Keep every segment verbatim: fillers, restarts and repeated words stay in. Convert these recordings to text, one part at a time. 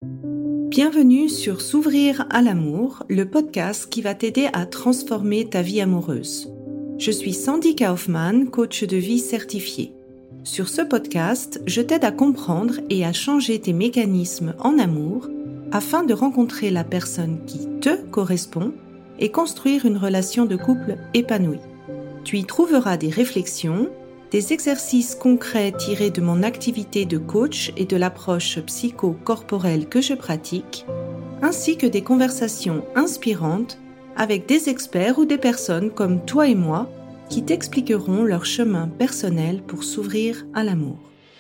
Bienvenue sur S'ouvrir à l'amour, le podcast qui va t'aider à transformer ta vie amoureuse. Je suis Sandy Kaufmann, coach de vie certifiée. Sur ce podcast, je t'aide à comprendre et à changer tes mécanismes en amour afin de rencontrer la personne qui te correspond et construire une relation de couple épanouie. Tu y trouveras des réflexions, des exercices concrets tirés de mon activité de coach et de l'approche psycho-corporelle que je pratique, ainsi que des conversations inspirantes avec des experts ou des personnes comme toi et moi qui t'expliqueront leur chemin personnel pour s'ouvrir à l'amour.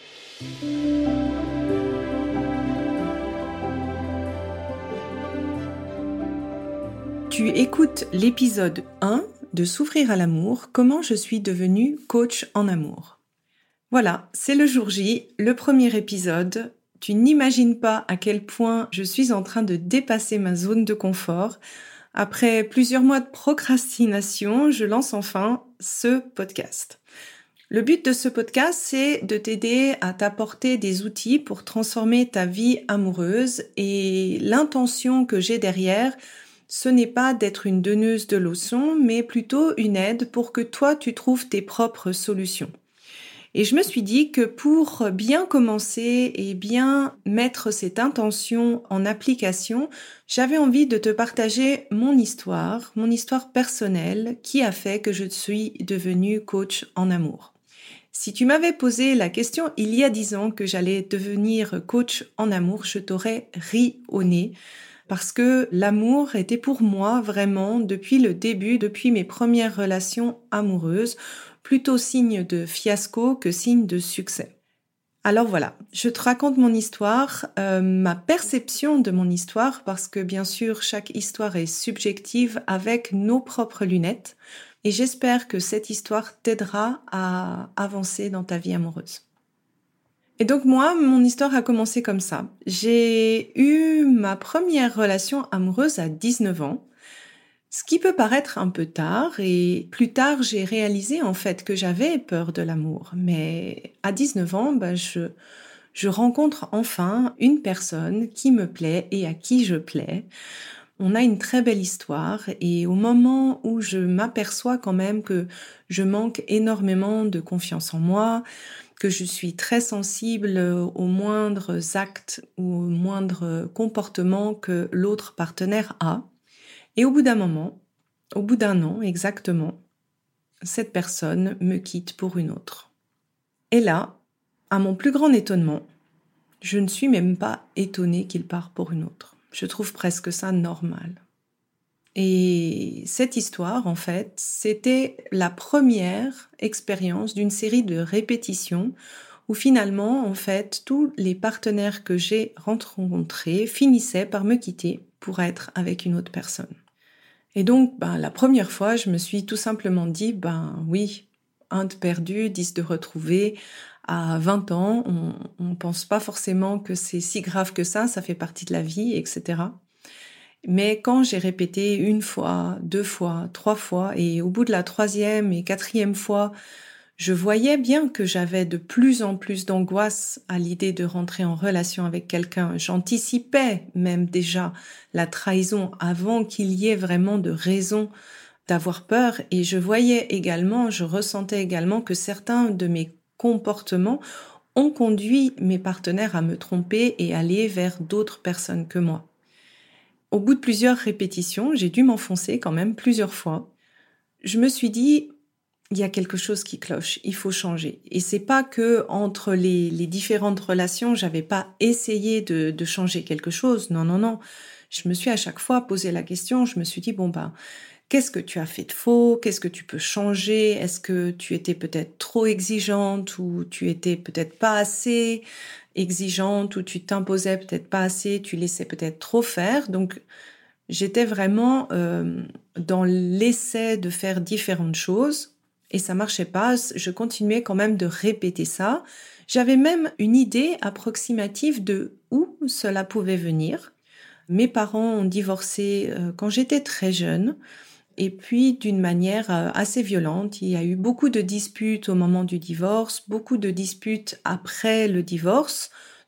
Tu écoutes l'épisode un de S'ouvrir à l'amour, comment je suis devenue coach en amour. Voilà, c'est le jour J, le premier épisode. Tu n'imagines pas à quel point je suis en train de dépasser ma zone de confort. Après plusieurs mois de procrastination, je lance enfin ce podcast. Le but de ce podcast, c'est de t'aider à t'apporter des outils pour transformer ta vie amoureuse et l'intention que j'ai derrière, ce n'est pas d'être une donneuse de leçons, mais plutôt une aide pour que toi, tu trouves tes propres solutions. Et je me suis dit que pour bien commencer et bien mettre cette intention en application, j'avais envie de te partager mon histoire, mon histoire personnelle qui a fait que je suis devenue coach en amour. Si tu m'avais posé la question il y a dix ans que j'allais devenir coach en amour, je t'aurais ri au nez. Parce que l'amour était pour moi vraiment, depuis le début, depuis mes premières relations amoureuses, plutôt signe de fiasco que signe de succès. Alors voilà, je te raconte mon histoire, euh, ma perception de mon histoire, parce que bien sûr, chaque histoire est subjective avec nos propres lunettes, et j'espère que cette histoire t'aidera à avancer dans ta vie amoureuse. Et donc moi, mon histoire a commencé comme ça. J'ai eu ma première relation amoureuse à dix-neuf ans, ce qui peut paraître un peu tard, et plus tard j'ai réalisé en fait que j'avais peur de l'amour. Mais à dix-neuf ans, bah, je, je rencontre enfin une personne qui me plaît et à qui je plais. On a une très belle histoire et au moment où je m'aperçois quand même que je manque énormément de confiance en moi, que je suis très sensible aux moindres actes ou aux moindres comportements que l'autre partenaire a. Et au bout d'un moment, au bout d'un an exactement, cette personne me quitte pour une autre. Et là, à mon plus grand étonnement, je ne suis même pas étonnée qu'il part pour une autre. Je trouve presque ça normal. Et cette histoire, en fait, c'était la première expérience d'une série de répétitions où finalement, en fait, tous les partenaires que j'ai rencontrés finissaient par me quitter pour être avec une autre personne. Et donc, ben, la première fois, je me suis tout simplement dit, ben oui, un de perdu, dix de retrouvé. À vingt ans, on ne pense pas forcément que c'est si grave que ça, ça fait partie de la vie, et cetera. Mais quand j'ai répété une fois, deux fois, trois fois, et au bout de la troisième et quatrième fois, je voyais bien que j'avais de plus en plus d'angoisse à l'idée de rentrer en relation avec quelqu'un. J'anticipais même déjà la trahison avant qu'il y ait vraiment de raison d'avoir peur. Et je voyais également, je ressentais également que certains de mes comportements ont conduit mes partenaires à me tromper et aller vers d'autres personnes que moi. Au bout de plusieurs répétitions, j'ai dû m'enfoncer quand même plusieurs fois. Je me suis dit, il y a quelque chose qui cloche, il faut changer. Et c'est pas que entre les, les différentes relations, j'avais pas essayé de, de changer quelque chose. Non, non, non. Je me suis à chaque fois posé la question, je me suis dit, bon ben, qu'est-ce que tu as fait de faux? Qu'est-ce que tu peux changer? Est-ce que tu étais peut-être trop exigeante ou tu étais peut-être pas assez exigeante ou tu t'imposais peut-être pas assez, tu laissais peut-être trop faire. Donc, j'étais vraiment euh, dans l'essai de faire différentes choses et ça marchait pas. Je continuais quand même de répéter ça. J'avais même une idée approximative de où cela pouvait venir. Mes parents ont divorcé euh, quand j'étais très jeune. Et puis d'une manière assez violente. Il y a eu beaucoup de disputes au moment du divorce, beaucoup de disputes après le divorce.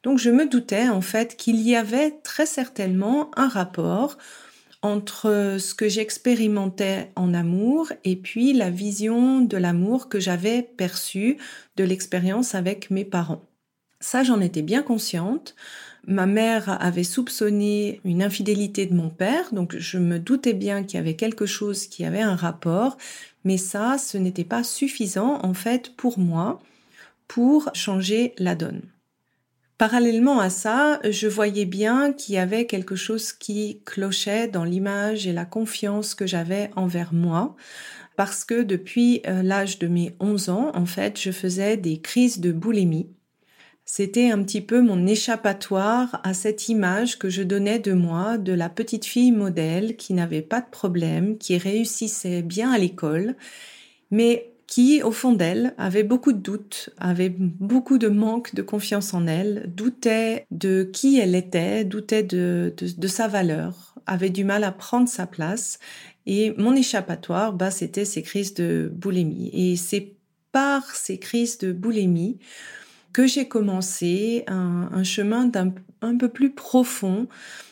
Donc je me doutais en fait qu'il y avait très certainement un rapport entre ce que j'expérimentais en amour et puis la vision de l'amour que j'avais perçue de l'expérience avec mes parents. Ça, j'en étais bien consciente. Ma mère avait soupçonné une infidélité de mon père, donc je me doutais bien qu'il y avait quelque chose qui avait un rapport, mais ça, ce n'était pas suffisant en fait pour moi pour changer la donne. Parallèlement à ça, je voyais bien qu'il y avait quelque chose qui clochait dans l'image et la confiance que j'avais envers moi, parce que depuis l'âge de mes onze ans, en fait, je faisais des crises de boulimie. C'était un petit peu mon échappatoire à cette image que je donnais de moi, de la petite fille modèle qui n'avait pas de problème, qui réussissait bien à l'école, mais qui, au fond d'elle, avait beaucoup de doutes, avait beaucoup de manque de confiance en elle, doutait de qui elle était, doutait de, de, de sa valeur, avait du mal à prendre sa place. Et mon échappatoire, bah, c'était ces crises de boulimie. Et c'est par ces crises de boulimie que j'ai commencé un, un chemin d'un, un peu plus profond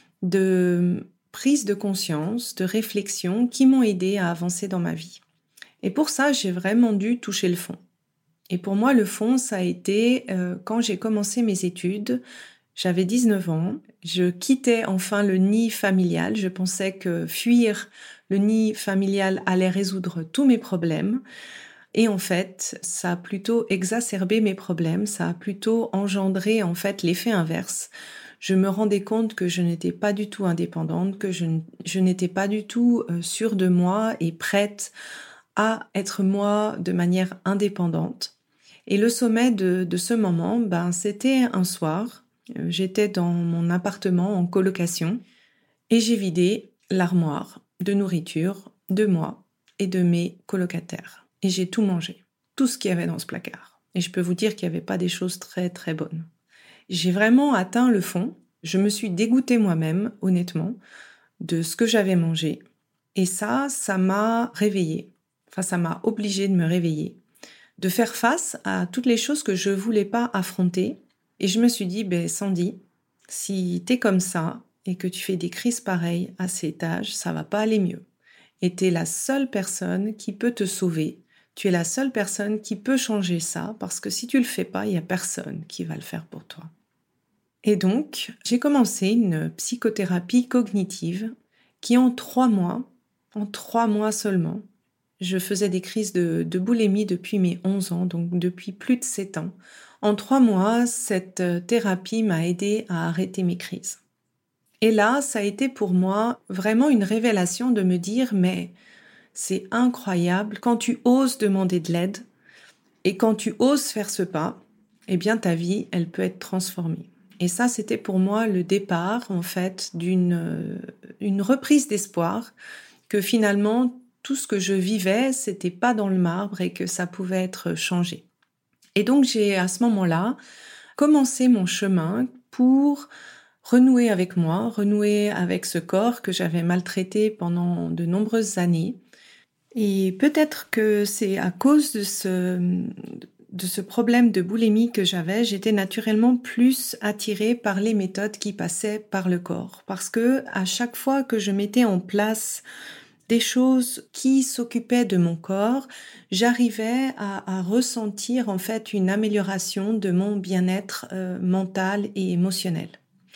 de prise de conscience, de réflexion qui m'ont aidé à avancer dans ma vie. Et pour ça, j'ai vraiment dû toucher le fond. Et pour moi, le fond, ça a été euh, quand j'ai commencé mes études, j'avais dix-neuf ans, je quittais enfin le nid familial, je pensais que fuir le nid familial allait résoudre tous mes problèmes. Et en fait, ça a plutôt exacerbé mes problèmes, ça a plutôt engendré en fait l'effet inverse. Je me rendais compte que je n'étais pas du tout indépendante, que je, je n'étais pas du tout euh, sûre de moi et prête à être moi de manière indépendante. Et le sommet de, de ce moment, ben, c'était un soir. Euh, j'étais dans mon appartement en colocation et j'ai vidé l'armoire de nourriture de moi et de mes colocataires. Et j'ai tout mangé, tout ce qu'il y avait dans ce placard. Et je peux vous dire qu'il n'y avait pas des choses très très bonnes. J'ai vraiment atteint le fond. Je me suis dégoûtée moi-même, honnêtement, de ce que j'avais mangé. Et ça, ça m'a réveillée. Enfin, ça m'a obligée de me réveiller, de faire face à toutes les choses que je voulais pas affronter. Et je me suis dit, ben Sandy, si t'es comme ça et que tu fais des crises pareilles à cet âge, ça va pas aller mieux. Et t'es la seule personne qui peut te sauver. Tu es la seule personne qui peut changer ça, parce que si tu le fais pas, il y a personne qui va le faire pour toi. Et donc, j'ai commencé une psychothérapie cognitive qui en trois mois, en trois mois seulement, je faisais des crises de, de boulimie depuis mes onze ans, donc depuis plus de sept ans. En trois mois, cette thérapie m'a aidée à arrêter mes crises. Et là, ça a été pour moi vraiment une révélation de me dire, mais c'est incroyable, quand tu oses demander de l'aide et quand tu oses faire ce pas, eh bien ta vie, elle peut être transformée. Et ça, c'était pour moi le départ, en fait, d'une une reprise d'espoir que finalement, tout ce que je vivais, c'était pas dans le marbre et que ça pouvait être changé. Et donc, j'ai à ce moment-là commencé mon chemin pour renouer avec moi, renouer avec ce corps que j'avais maltraité pendant de nombreuses années. Et peut-être que c'est à cause de ce, de ce problème de boulimie que j'avais, j'étais naturellement plus attirée par les méthodes qui passaient par le corps. Parce que à chaque fois que je mettais en place des choses qui s'occupaient de mon corps, j'arrivais à, à ressentir en fait une amélioration de mon bien-être euh, mental et émotionnel.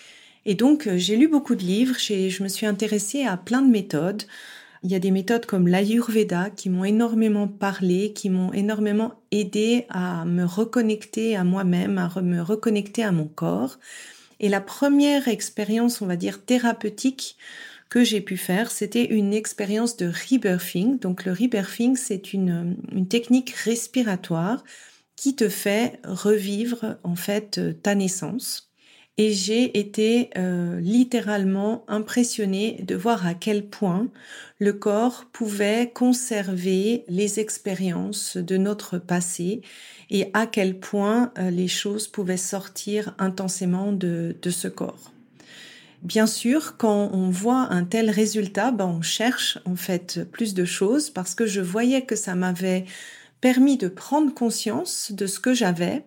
Et donc, euh, j'ai lu beaucoup de livres, j'ai, je me suis intéressée à plein de méthodes. Il y a des méthodes comme l'Ayurveda qui m'ont énormément parlé, qui m'ont énormément aidé à me reconnecter à moi-même, à re- me reconnecter à mon corps. Et la première expérience, on va dire, thérapeutique que j'ai pu faire, c'était une expérience de rebirthing. Donc le rebirthing, c'est une, une technique respiratoire qui te fait revivre en fait ta naissance. Et j'ai été euh, littéralement impressionnée de voir à quel point le corps pouvait conserver les expériences de notre passé et à quel point euh, les choses pouvaient sortir intensément de, de ce corps. Bien sûr, quand on voit un tel résultat, ben on cherche en fait plus de choses parce que je voyais que ça m'avait permis de prendre conscience de ce que j'avais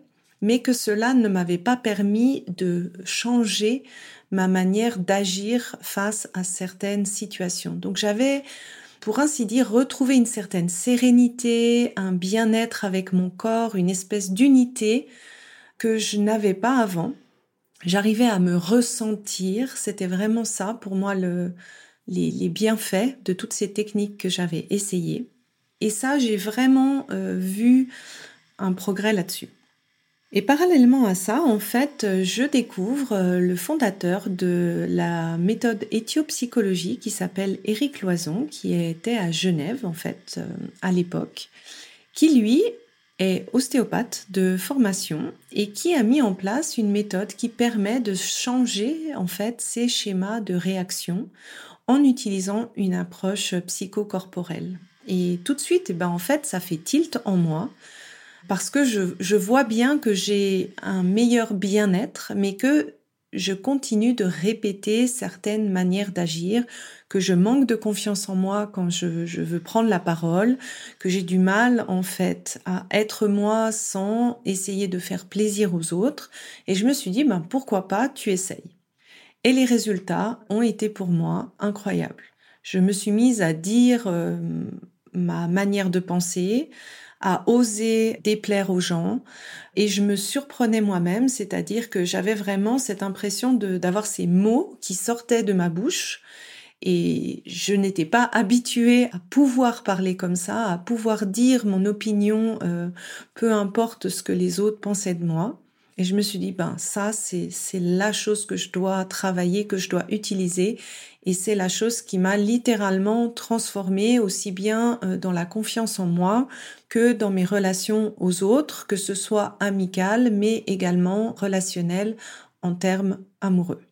mais que cela ne m'avait pas permis de changer ma manière d'agir face à certaines situations. Donc j'avais, pour ainsi dire, retrouvé une certaine sérénité, un bien-être avec mon corps, une espèce d'unité que je n'avais pas avant. J'arrivais à me ressentir, c'était vraiment ça pour moi le, les, les bienfaits de toutes ces techniques que j'avais essayées. Et ça, j'ai vraiment euh, vu un progrès là-dessus. Et parallèlement à ça, en fait, je découvre euh, le fondateur de la méthode éthiopsychologie qui s'appelle Éric Loison, qui était à Genève, en fait, euh, à l'époque, qui, lui, est ostéopathe de formation et qui a mis en place une méthode qui permet de changer, en fait, ces schémas de réaction en utilisant une approche psychocorporelle. Et tout de suite, eh ben, en fait, ça fait tilt en moi parce que je, je vois bien que j'ai un meilleur bien-être, mais que je continue de répéter certaines manières d'agir, que je manque de confiance en moi quand je, je veux prendre la parole, que j'ai du mal en fait à être moi sans essayer de faire plaisir aux autres. Et je me suis dit, ben, pourquoi pas, tu essayes. Et les résultats ont été pour moi incroyables. Je me suis mise à dire euh, ma manière de penser, à oser déplaire aux gens, et je me surprenais moi-même, c'est-à-dire que j'avais vraiment cette impression de, d'avoir ces mots qui sortaient de ma bouche, et je n'étais pas habituée à pouvoir parler comme ça, à pouvoir dire mon opinion, euh, peu importe ce que les autres pensaient de moi. Et je me suis dit, ben ça, c'est c'est la chose que je dois travailler, que je dois utiliser. Et c'est la chose qui m'a littéralement transformée, aussi bien dans la confiance en moi que dans mes relations aux autres, que ce soit amicales, mais également relationnelles en termes amoureux.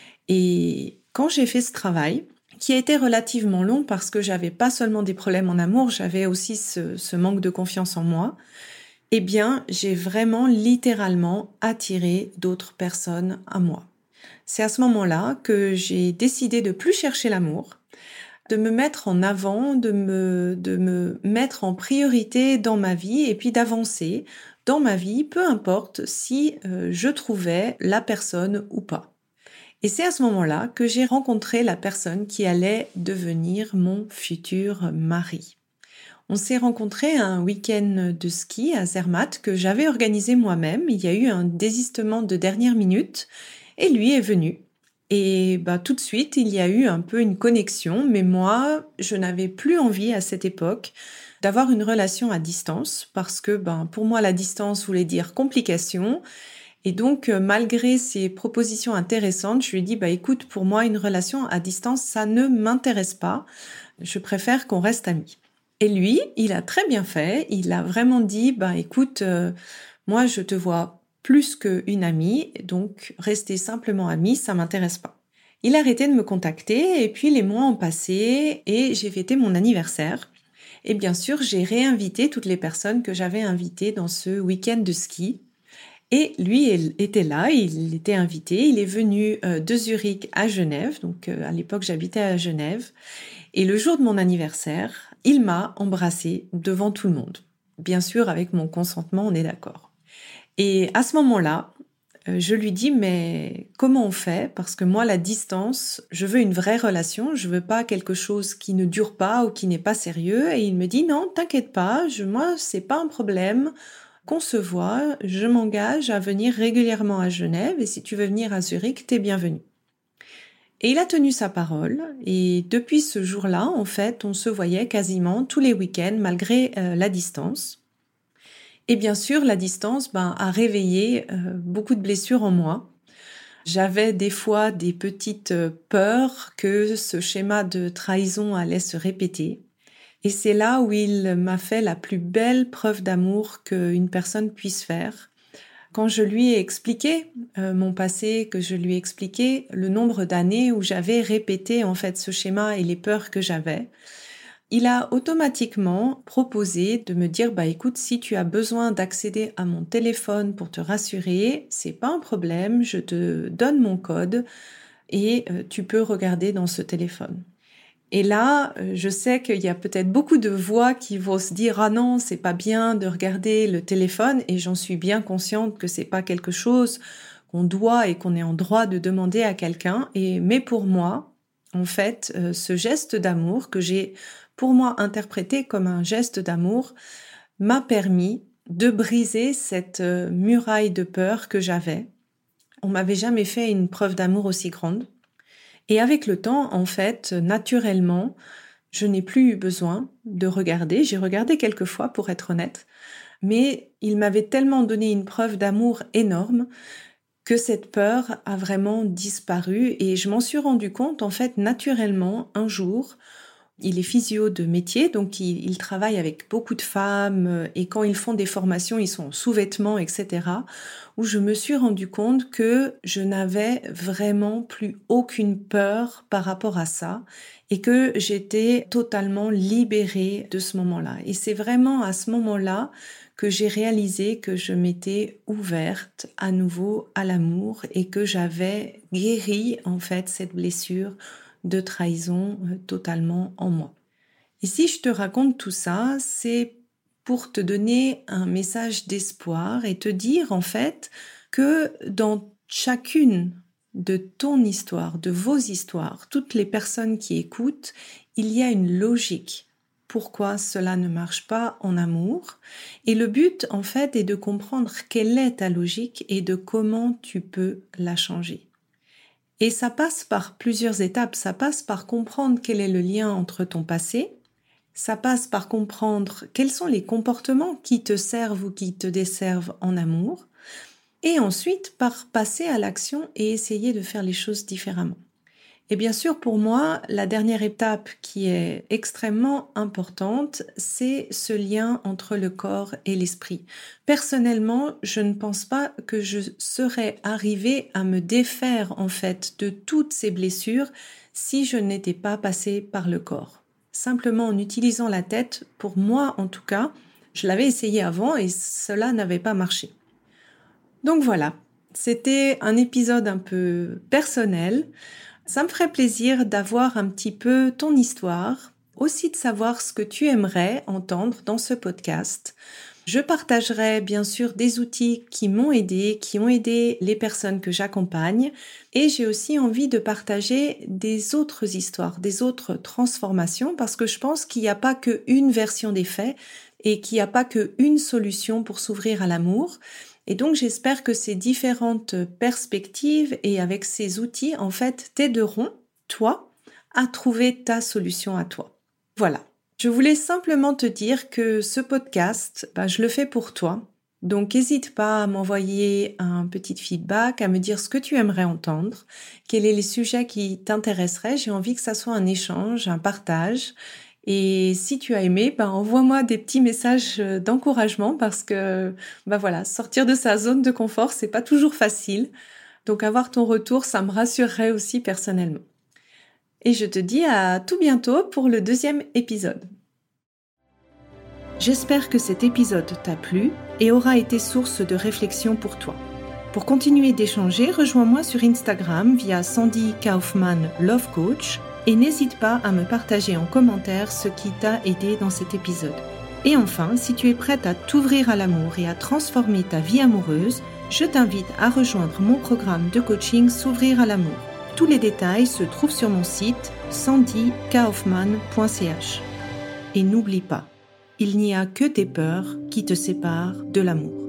Et quand j'ai fait ce travail, qui a été relativement long parce que j'avais pas seulement des problèmes en amour, j'avais aussi ce, ce manque de confiance en moi, eh bien, j'ai vraiment littéralement attiré d'autres personnes à moi. C'est à ce moment-là que j'ai décidé de plus chercher l'amour, de me mettre en avant, de me, de me mettre en priorité dans ma vie et puis d'avancer dans ma vie, peu importe si euh, je trouvais la personne ou pas. Et c'est à ce moment-là que j'ai rencontré la personne qui allait devenir mon futur mari. On s'est rencontrés à un week-end de ski à Zermatt que j'avais organisé moi-même. Il y a eu un désistement de dernière minute et lui est venu. Et bah, tout de suite, il y a eu un peu une connexion, mais moi, je n'avais plus envie à cette époque d'avoir une relation à distance parce que ben, pour moi, la distance voulait dire complication. Et donc, malgré ces propositions intéressantes, je lui ai dit, bah, écoute, pour moi, une relation à distance, ça ne m'intéresse pas. Je préfère qu'on reste amis. Et lui, il a très bien fait. Il a vraiment dit, bah, écoute, euh, moi, je te vois plus qu'une amie, donc rester simplement amie, ça m'intéresse pas. Il a arrêté de me contacter et puis les mois ont passé et j'ai fêté mon anniversaire. Et bien sûr, j'ai réinvité toutes les personnes que j'avais invitées dans ce week-end de ski. Et lui était là, il était invité, il est venu de Zurich à Genève, donc à l'époque j'habitais à Genève, et le jour de mon anniversaire, il m'a embrassée devant tout le monde. Bien sûr, avec mon consentement, on est d'accord. Et à ce moment-là, je lui dis, mais comment on fait ? Parce que moi, la distance, je veux une vraie relation, je veux pas quelque chose qui ne dure pas ou qui n'est pas sérieux. Et il me dit, non, t'inquiète pas, je, moi, c'est pas un problème. Qu'on se voit, je m'engage à venir régulièrement à Genève et si tu veux venir à Zurich, t'es bienvenue. Et il a tenu sa parole et depuis ce jour-là, en fait, on se voyait quasiment tous les week-ends malgré euh, la distance. Et bien sûr, la distance ben, a réveillé euh, beaucoup de blessures en moi. J'avais des fois des petites peurs que ce schéma de trahison allait se répéter. Et c'est là où il m'a fait la plus belle preuve d'amour qu'une personne puisse faire. Quand je lui ai expliqué euh, mon passé, que je lui ai expliqué le nombre d'années où j'avais répété en fait ce schéma et les peurs que j'avais, il a automatiquement proposé de me dire bah écoute, si tu as besoin d'accéder à mon téléphone pour te rassurer, c'est pas un problème, je te donne mon code et euh, tu peux regarder dans ce téléphone. Et là, je sais qu'il y a peut-être beaucoup de voix qui vont se dire « Ah non, c'est pas bien de regarder le téléphone » et j'en suis bien consciente que c'est pas quelque chose qu'on doit et qu'on est en droit de demander à quelqu'un. Et mais pour moi, en fait, euh, ce geste d'amour que j'ai pour moi interprété comme un geste d'amour m'a permis de briser cette euh, muraille de peur que j'avais. On m'avait jamais fait une preuve d'amour aussi grande. Et avec le temps, en fait, naturellement, je n'ai plus eu besoin de regarder. J'ai regardé quelques fois, pour être honnête, mais il m'avait tellement donné une preuve d'amour énorme que cette peur a vraiment disparu et je m'en suis rendu compte, en fait, naturellement, un jour. Il est physio de métier, donc il, il travaille avec beaucoup de femmes et quand ils font des formations, ils sont en sous-vêtements, et cetera, où je me suis rendu compte que je n'avais vraiment plus aucune peur par rapport à ça et que j'étais totalement libérée de ce moment-là. Et c'est vraiment à ce moment-là que j'ai réalisé que je m'étais ouverte à nouveau à l'amour et que j'avais guéri en fait cette blessure de trahison euh, totalement en moi. Et si je te raconte tout ça, c'est pour te donner un message d'espoir et te dire en fait que dans chacune de ton histoire, de vos histoires, toutes les personnes qui écoutent, il y a une logique. Pourquoi cela ne marche pas en amour? Et le but en fait est de comprendre quelle est ta logique et de comment tu peux la changer. Et ça passe par plusieurs étapes. Ça passe par comprendre quel est le lien entre ton passé. Ça passe par comprendre quels sont les comportements qui te servent ou qui te desservent en amour. Et ensuite, par passer à l'action et essayer de faire les choses différemment. Et bien sûr, pour moi, la dernière étape qui est extrêmement importante, c'est ce lien entre le corps et l'esprit. Personnellement, je ne pense pas que je serais arrivée à me défaire en fait de toutes ces blessures si je n'étais pas passée par le corps. Simplement en utilisant la tête, pour moi en tout cas, je l'avais essayé avant et cela n'avait pas marché. Donc voilà, c'était un épisode un peu personnel. Ça me ferait plaisir d'avoir un petit peu ton histoire, aussi de savoir ce que tu aimerais entendre dans ce podcast. Je partagerai bien sûr des outils qui m'ont aidé, qui ont aidé les personnes que j'accompagne et j'ai aussi envie de partager des autres histoires, des autres transformations parce que je pense qu'il n'y a pas qu'une version des faits et qu'il n'y a pas qu'une solution pour s'ouvrir à l'amour. Et donc, j'espère que ces différentes perspectives et avec ces outils, en fait, t'aideront, toi, à trouver ta solution à toi. Voilà. Je voulais simplement te dire que ce podcast, bah, je le fais pour toi. Donc, n'hésite pas à m'envoyer un petit feedback, à me dire ce que tu aimerais entendre, quels sont les sujets qui t'intéresseraient. J'ai envie que ça soit un échange, un partage. Et si tu as aimé, ben envoie-moi des petits messages d'encouragement parce que ben voilà, sortir de sa zone de confort, c'est pas toujours facile. Donc avoir ton retour, ça me rassurerait aussi personnellement. Et je te dis à tout bientôt pour le deuxième épisode. J'espère que cet épisode t'a plu et aura été source de réflexion pour toi. Pour continuer d'échanger, rejoins-moi sur Instagram via Sandy Kaufman Love Coach. Et n'hésite pas à me partager en commentaire ce qui t'a aidé dans cet épisode. Et enfin, si tu es prête à t'ouvrir à l'amour et à transformer ta vie amoureuse, je t'invite à rejoindre mon programme de coaching S'ouvrir à l'amour. Tous les détails se trouvent sur mon site sandy kaufman point c h. Et n'oublie pas, il n'y a que tes peurs qui te séparent de l'amour.